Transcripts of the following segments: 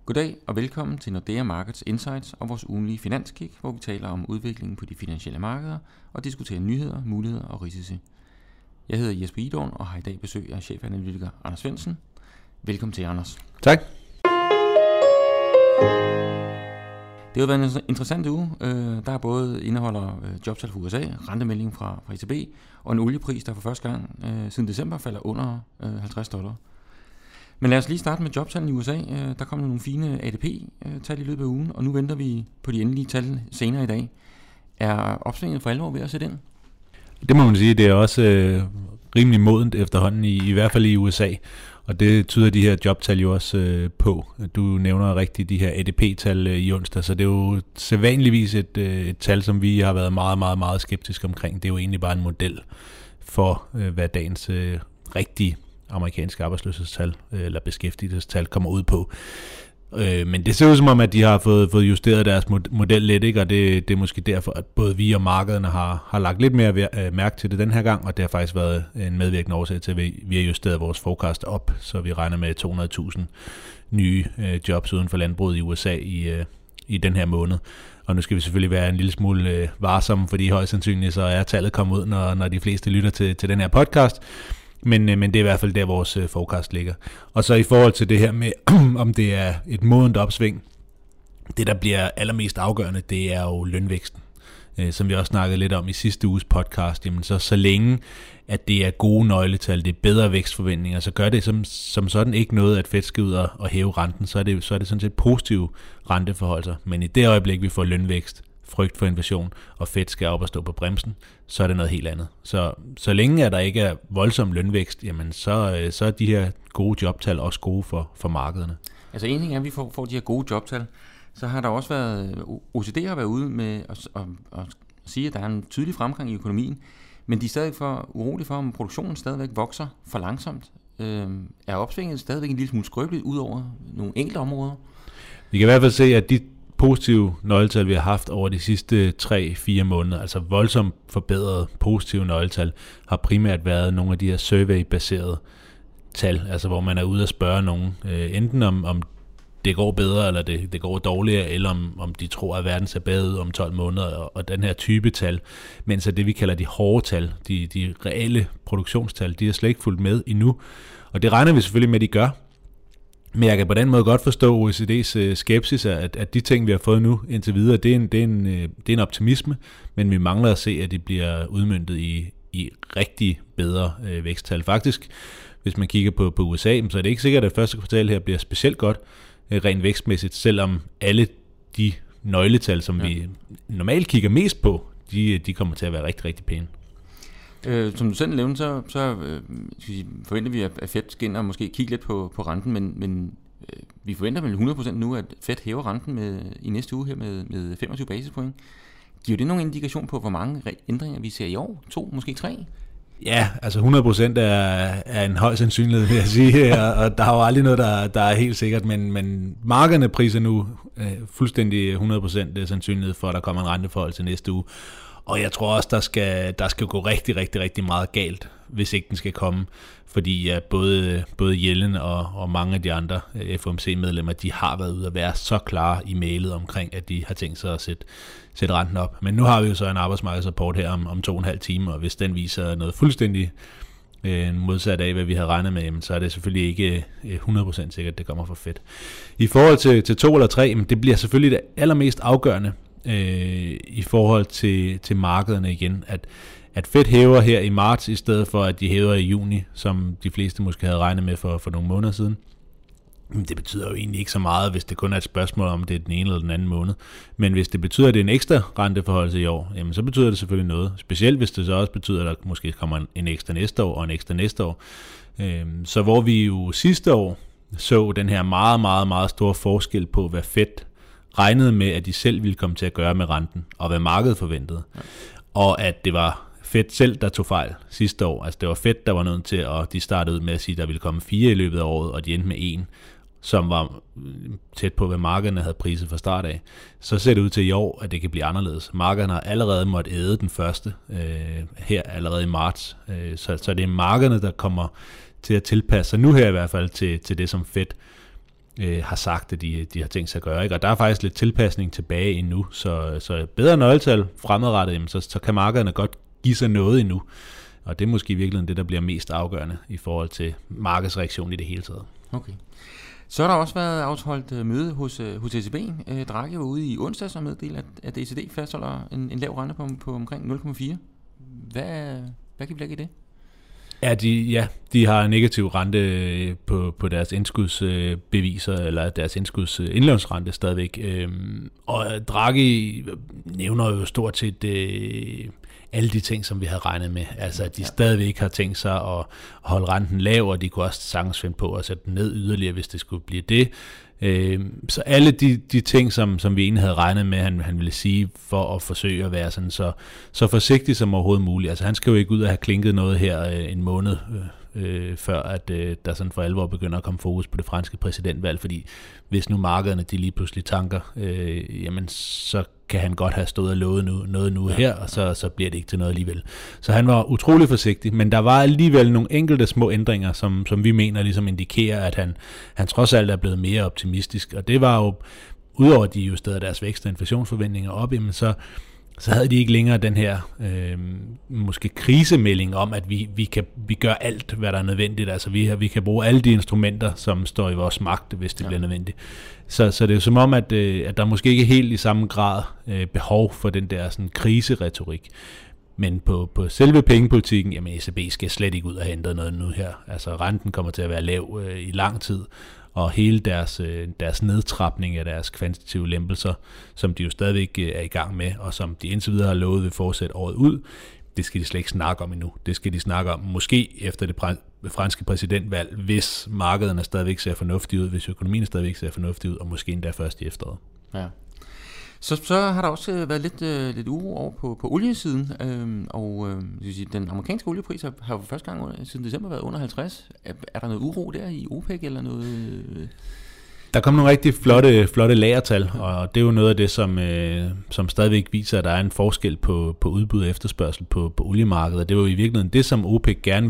Goddag og velkommen til Nordea Markets Insights og vores ugenlige finanskig, hvor vi taler om udviklingen på de finansielle markeder og diskuterer nyheder, muligheder og risici. Jeg hedder Jesper Idorn og har i dag besøg af chefanalytiker Anders Svendsen. Velkommen til, Anders. Tak. Det har været en interessant uge, der både indeholder jobtal fra USA, rentemelding fra ECB og en oliepris, der for første gang siden december falder under $50. Men lad os lige starte med jobtallene i USA. Der kom nogle fine ADP-tal i løbet af ugen, og nu venter vi på de endelige tal senere i dag. Er opsvinget for alvor ved at sætte ind? Det må man sige, det er også rimelig modent efterhånden, i hvert fald i USA. Og det tyder de her jobtal jo også på. Du nævner rigtigt de her ADP-tal i onsdag, så det er jo sædvanligvis et tal, som vi har været meget, meget, meget skeptiske omkring. Det er jo egentlig bare en model for, hvad dagens rigtige amerikanske arbejdsløshedstal eller beskæftigelsestal kommer ud på. Men det ser ud som om, at de har fået justeret deres model lidt, ikke? Og det er måske derfor, at både vi og markederne har lagt lidt mere mærke til det den her gang, og det har faktisk været en medvirkende årsag til, at vi har justeret vores forecast op, så vi regner med 200.000 nye jobs uden for landbruget i USA i den her måned. Og nu skal vi selvfølgelig være en lille smule varsomme, fordi højst sandsynligt så er tallet kommet ud, når de fleste lytter til den her podcast. Men det er i hvert fald der, vores forecast ligger. Og så i forhold til det her med, om det er et modent opsving, det der bliver allermest afgørende, det er jo lønvæksten. Som vi også snakkede lidt om i sidste uges podcast. Jamen så længe, at det er gode nøgletal, det er bedre vækstforventninger, så gør det som sådan ikke noget, at Fed skal ud og hæve renten. Så er det sådan set positive renteforholdelser. Men i det øjeblik, vi får lønvækst, frygt for inflation, og Fed skal op og stå på bremsen, så er det noget helt andet. Så længe at der ikke er voldsom lønvækst, jamen så er de her gode jobtal også gode for markederne. Altså en ting er, at vi får de her gode jobtal, så har der også været, OECD har været ude med at sige, at der er en tydelig fremgang i økonomien, men de er stadig for urolige for, om produktionen stadigvæk vokser for langsomt. Er opsvinget stadigvæk en lille smule skrøbeligt ud over nogle enkelte områder? Vi kan i hvert fald se, at de positive nøgletal, vi har haft over de sidste 3-4 måneder, altså voldsomt forbedrede positive nøgletal, har primært været nogle af de her survey-baserede tal, altså hvor man er ude og spørge nogen, enten om det går bedre, eller det går dårligere, eller om de tror, at verden ser bedre ud om 12 måneder, og den her type tal, mens det vi kalder de hårde tal, de reelle produktionstal, de er slet ikke fulgt med endnu, og det regner vi selvfølgelig med, at de gør. Men jeg kan på den måde godt forstå OECD's skepsis, at de ting, vi har fået nu indtil videre, det er en optimisme, men vi mangler at se, at de bliver udmøntet i rigtig bedre væksttal. Faktisk, hvis man kigger på USA, så er det ikke sikkert, at første kvartal her bliver specielt godt rent vækstmæssigt, selvom alle de nøgletal, som vi normalt kigger mest på, de kommer til at være rigtig, rigtig pæne. Som du selv nævnte, så forventer vi, at Fed skal ind og måske kigge lidt på renten, men vi forventer vel 100% nu, at Fed hæver renten i næste uge her med 25 basispoint. Giver det nogen indikation på, hvor mange ændringer vi ser i år? 2, måske 3? Ja, altså 100% er en høj sandsynlighed, vil jeg sige, og der er jo aldrig noget, der er helt sikkert, men markederne priser nu fuldstændig 100% sandsynlighed for, at der kommer en renteforhold til næste uge. Og jeg tror også, der skal gå rigtig, rigtig, rigtig meget galt, hvis ikke den skal komme. Fordi både Yellen og mange af de andre FOMC-medlemmer, de har været ude at være så klare i mailet omkring, at de har tænkt sig at sætte renten op. Men nu har vi jo så en arbejdsmarkedsrapport her om 2,5 timer, og hvis den viser noget fuldstændig modsat af, hvad vi havde regnet med, så er det selvfølgelig ikke 100% sikkert, at det kommer for Fed. I forhold til 2 eller 3, det bliver selvfølgelig det allermest afgørende, i forhold til markederne igen, at Fed hæver her i marts, i stedet for at de hæver i juni, som de fleste måske havde regnet med for nogle måneder siden. Det betyder jo egentlig ikke så meget, hvis det kun er et spørgsmål om det er den ene eller den anden måned. Men hvis det betyder, at det er en ekstra renteforholdelse i år, jamen så betyder det selvfølgelig noget. Specielt hvis det så også betyder, at der måske kommer en ekstra næste år og en ekstra næste år. Så hvor vi jo sidste år så den her meget, meget, meget store forskel på, hvad Fed regnede med, at de selv ville komme til at gøre med renten, og hvad markedet forventede. Ja. Og at det var Fed selv, der tog fejl sidste år. Altså det var Fed, der var nødt til, og de startede ud med at sige, at der ville komme 4 i løbet af året, og de endte med 1, som var tæt på, hvad markederne havde priset fra start af. Så ser det ud til i år, at det kan blive anderledes. Markederne har allerede måttet æde den første her allerede i marts. Så det er markederne, der kommer til at tilpasse sig nu her i hvert fald til det, som Fed har sagt, at de har tænkt sig at gøre. Ikke? Og der er faktisk lidt tilpasning tilbage endnu, så bedre nøgletal fremadrettet, jamen, så kan markederne godt give sig noget endnu. Og det er måske virkelig det, der bliver mest afgørende i forhold til markedsreaktion i det hele taget. Okay. Så har der også været afholdt møde hos ECB. Draghi var ude i onsdags og meddelte, at ECB fastholder en lav rente på omkring 0,4. Hvad kan vi lægge i det? Ja, de har negativ rente på deres indskudsbeviser, eller deres indlånsrente stadigvæk. Og Draghi nævner jo stort set alle de ting, som vi havde regnet med. Altså, at de stadigvæk har tænkt sig at holde renten lav, og de kunne også sagtens finde på at sætte den ned yderligere, hvis det skulle blive det. Så alle de ting, som vi egentlig havde regnet med, han ville sige, for at forsøge at være sådan så forsigtig som overhovedet muligt. Altså, han skal jo ikke ud og have klinket noget her en måned før, at der sådan for alvor begynder at komme fokus på det franske præsidentvalg, fordi hvis nu markederne de lige pludselig tanker, jamen så kan han godt have stået og lovet noget nu her, og så bliver det ikke til noget alligevel. Så han var utrolig forsigtig, men der var alligevel nogle enkelte små ændringer, som vi mener ligesom indikerer, at han trods alt er blevet mere optimistisk, og det var jo, udover at de justerede deres vækst- og inflationsforventninger op, jamen så havde de ikke længere den her måske krisemelding om, at vi gør alt, hvad der er nødvendigt. Altså vi kan bruge alle de instrumenter, som står i vores magt, hvis det bliver nødvendigt. Så det er jo som om, at der måske ikke helt i samme grad behov for den der sådan kriseretorik. Men på selve pengepolitikken, jamen ECB skal slet ikke ud og hente noget nu her. Altså renten kommer til at være lav i lang tid, og hele deres nedtrapning af deres kvantitative lempelser, som de jo stadigvæk er i gang med, og som de indtil videre har lovet vil fortsætte året ud, det skal de slet ikke snakke om endnu. Det skal de snakke om måske efter det franske præsidentvalg, hvis markederne stadigvæk ser fornuftigt ud, hvis økonomien stadigvæk ser fornuftigt ud, og måske endda først i efteråret. Ja. Så har der også været lidt uro over på oliesiden, og den amerikanske oliepris har for første gang siden december været under 50. Er der noget uro der i OPEC eller noget? Der kom nogle rigtig flotte lagertal, og det er jo noget af det, som stadigvæk viser, at der er en forskel på udbud og efterspørgsel på oliemarkedet. Det var jo i virkeligheden det, som OPEC gerne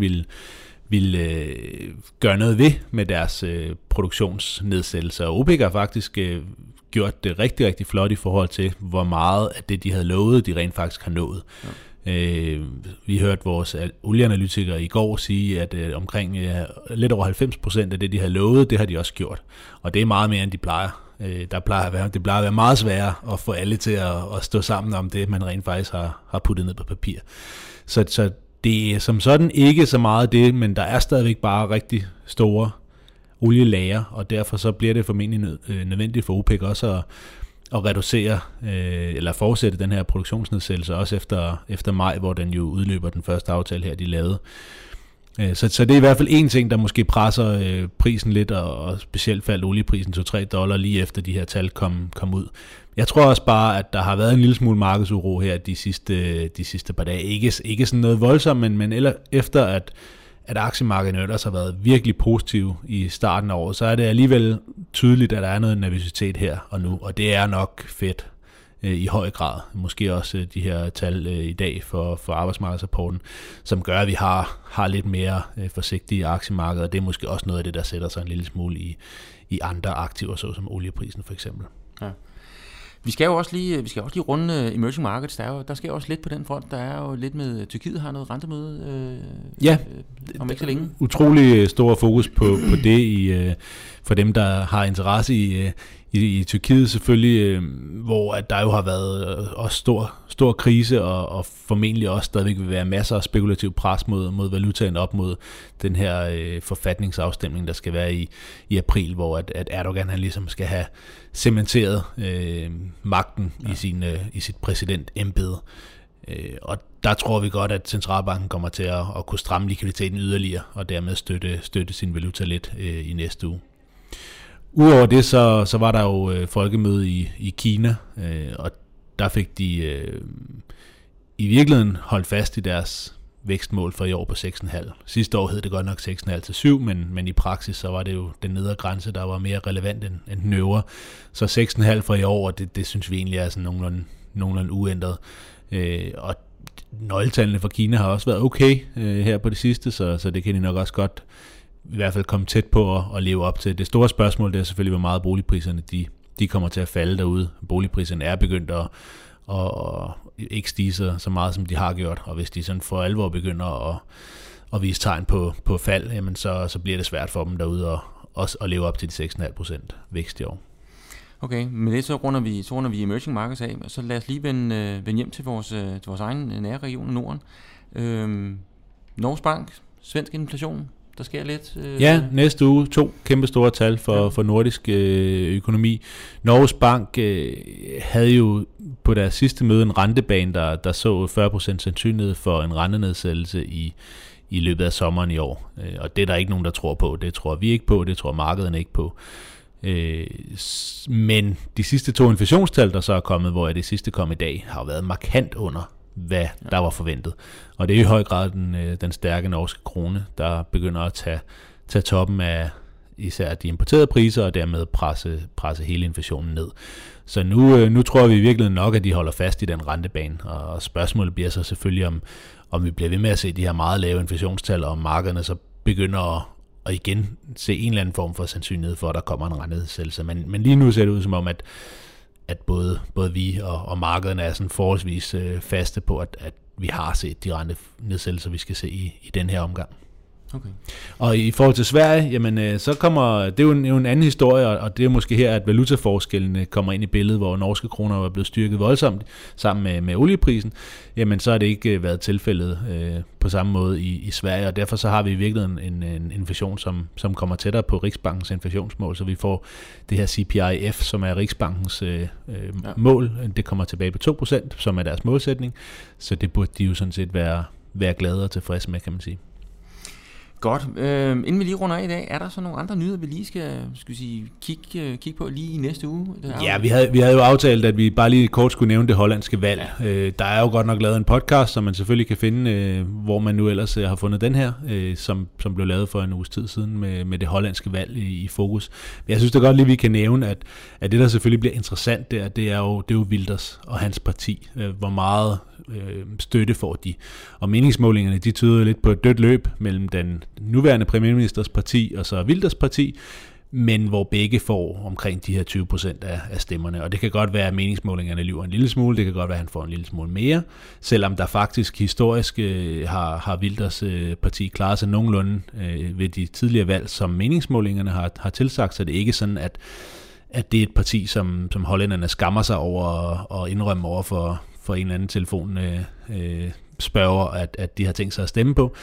ville gøre noget ved med deres produktionsnedsættelser. Og OPEC har faktisk gjort det rigtig, rigtig flot i forhold til, hvor meget af det, de havde lovet, de rent faktisk har nået. Ja. Vi hørte vores olieanalytikere i går sige, at omkring lidt over 90% af det, de havde lovet, det har de også gjort. Og det er meget mere, end de plejer. Det plejer at være meget sværere at få alle til at stå sammen om det, man rent faktisk har puttet ned på papir. Så det er som sådan ikke så meget det, men der er stadigvæk bare rigtig store olielager, og derfor så bliver det formentlig nødvendigt for OPEC også at reducere eller fortsætte den her produktionsnedsættelse også efter maj, hvor den jo udløber den første aftale her, de lavede. Så det er i hvert fald en ting, der måske presser prisen lidt, og specielt faldt olieprisen til $3 lige efter de her tal kom ud. Jeg tror også bare, at der har været en lille smule markedsuro her de sidste par dage. Ikke sådan noget voldsomt, men efter at aktiemarkederne ellers har været virkelig positive i starten af året, så er det alligevel tydeligt, at der er noget nervøsitet her og nu, og det er nok fedt i høj grad. Måske også de her tal i dag for arbejdsmarkedsrapporten, som gør, at vi har lidt mere forsigtige aktiemarkeder. Det er måske også noget af det, der sætter sig en lille smule i andre aktiver, såsom olieprisen for eksempel. Ja. Vi skal også lige runde emerging markets. Der sker også lidt på den front. Der er jo lidt med Tyrkiet har noget rentemøde om ikke så længe. Utrolig stor fokus på det for dem, der har interesse i Tyrkiet selvfølgelig, hvor at der jo har været også stor krise, og formentlig også stadigvæk vil være masser af spekulativ pres mod valutaen op mod den her forfatningsafstemning, der skal være i april, hvor at Erdogan han ligesom skal have cementeret magten i sit præsidentembede. Og der tror vi godt, at centralbanken kommer til at kunne stramme likviditeten yderligere, og dermed støtte sin valuta lidt i næste uge. Udover det, så var der jo folkemøde i Kina, og der fik de i virkeligheden holdt fast i deres vækstmål for i år på 6,5. Sidste år hed det godt nok 6,5 til 7, men i praksis så var det jo den nedre grænse, der var mere relevant end den øvre. Så 6,5 for i år, og det synes vi egentlig er sådan nogenlunde uændret. Og nøgletallene for Kina har også været okay her på det sidste, så det kan de nok også godt i hvert fald komme tæt på at leve op til. Det store spørgsmål, det er selvfølgelig, hvor meget boligpriserne de kommer til at falde derude. Boligpriserne er begyndt at ikke stige så meget, som de har gjort, og hvis de sådan for alvor begynder at vise tegn på fald, jamen så bliver det svært for dem derude at leve op til de 6,5% vækst i år. Okay, med det så runder vi emerging markets af, så lad os lige vende hjem til vores egen nære region i Norden. Norges Bank, svensk inflation, der sker lidt. Ja, næste uge 2 kæmpe store tal for nordisk økonomi. Norges Bank havde jo på deres sidste møde en rentebane, der så 40% sandsynlighed for en rentenedsættelse i løbet af sommeren i år. Og det er der ikke nogen, der tror på. Det tror vi ikke på, det tror markederne ikke på. Men de sidste 2 inflationstal, der så er kommet, hvor det sidste kom i dag, har været markant under, hvad der var forventet. Og det er i høj grad den stærke norske krone, der begynder at tage toppen af især de importerede priser, og dermed presse hele inflationen ned. Så nu tror vi virkelig nok, at de holder fast i den rentebane, og spørgsmålet bliver så selvfølgelig, om vi bliver ved med at se de her meget lave inflationstal, og om markederne så begynder at igen se en eller anden form for sandsynlighed for, at der kommer en rentenedsættelse. Men lige nu ser det ud som om, at både vi og markederne er sådan forholdsvis faste på, at vi har set de rentenedsættelser, vi skal se i den her omgang. Okay. Og i forhold til Sverige, jamen så kommer, det er jo en anden historie, og det er måske her, at valutaforskellene kommer ind i billedet, hvor norske kroner er blevet styrket voldsomt sammen med olieprisen. Jamen så har det ikke været tilfældet på samme måde i Sverige, og derfor så har vi i virkeligheden en inflation, som kommer tættere på Riksbankens inflationsmål, så vi får det her CPIF, som er Riksbankens mål. Det kommer tilbage på 2%, som er deres målsætning, så det burde de jo sådan set være glade og tilfredse med, kan man sige. Godt. Inden vi lige runder af i dag, er der så nogle andre nyheder, vi lige skal kigge på lige i næste uge? Ja, vi havde jo aftalt, at vi bare lige kort skulle nævne det hollandske valg. Ja. Der er jo godt nok lavet en podcast, som man selvfølgelig kan finde, hvor man nu ellers har fundet den her, som blev lavet for en uges tid siden med det hollandske valg i fokus. Men jeg synes da godt lige, vi kan nævne, at det, der selvfølgelig bliver interessant der, det er jo Wilders og hans parti. Hvor meget støtte får de. Og meningsmålingerne, de tyder lidt på et dødt løb mellem den nuværende premierministers parti og så Wilders parti, men hvor begge får omkring de her 20% af stemmerne. Og det kan godt være, at meningsmålingerne lyver en lille smule, det kan godt være, at han får en lille smule mere, selvom der faktisk historisk har Wilders parti klaret sig nogenlunde ved de tidligere valg, som meningsmålingerne har tilsagt, så det er ikke sådan, at det er et parti, som hollænderne skammer sig over og indrømmer over for en eller anden telefon spørger, at de har tænkt sig at stemme på.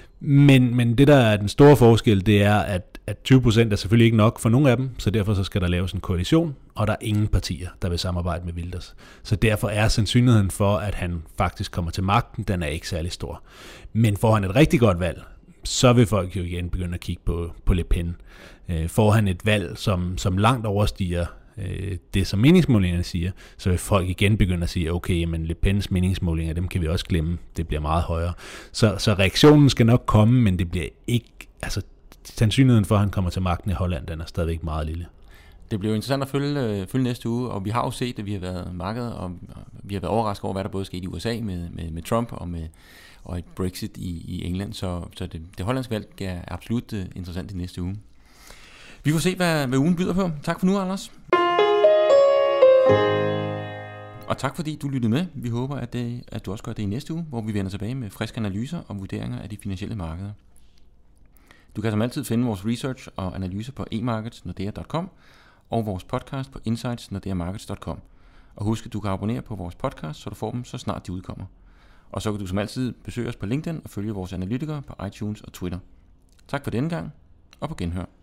Men det, der er den store forskel, det er, at 20% er selvfølgelig ikke nok for nogen af dem, så derfor så skal der laves en koalition, og der er ingen partier, der vil samarbejde med Wilders. Så derfor er sandsynligheden for, at han faktisk kommer til magten, den er ikke særlig stor. Men får han et rigtig godt valg, så vil folk jo igen begynde at kigge på Le Pen. Får han et valg, som langt overstiger det, som meningsmålingerne siger, så vil folk igen begynde at sige, okay, men Le Pens meningsmålinger, dem kan vi også glemme, det bliver meget højere. Så reaktionen skal nok komme, men det bliver ikke, altså sandsynligheden for, at han kommer til magten i Holland, den er stadigvæk meget lille. Det bliver jo interessant at følge næste uge, og vi har jo set, at vi har været markedet, og vi har været overrasket over, hvad der både skete i USA med Trump og et Brexit i England, så det hollandske valg er absolut interessant i næste uge. Vi får se, hvad ugen byder på. Tak for nu, Anders. Og tak fordi du lyttede med. Vi håber, at du også gør det i næste uge, hvor vi vender tilbage med friske analyser og vurderinger af de finansielle markeder. Du kan som altid finde vores research og analyser på emarkets.nordea.com og vores podcast på insights.nordeamarkets.com. Og husk, at du kan abonnere på vores podcast, så du får dem, så snart de udkommer. Og så kan du som altid besøge os på LinkedIn og følge vores analytikere på iTunes og Twitter. Tak for denne gang, og på genhør.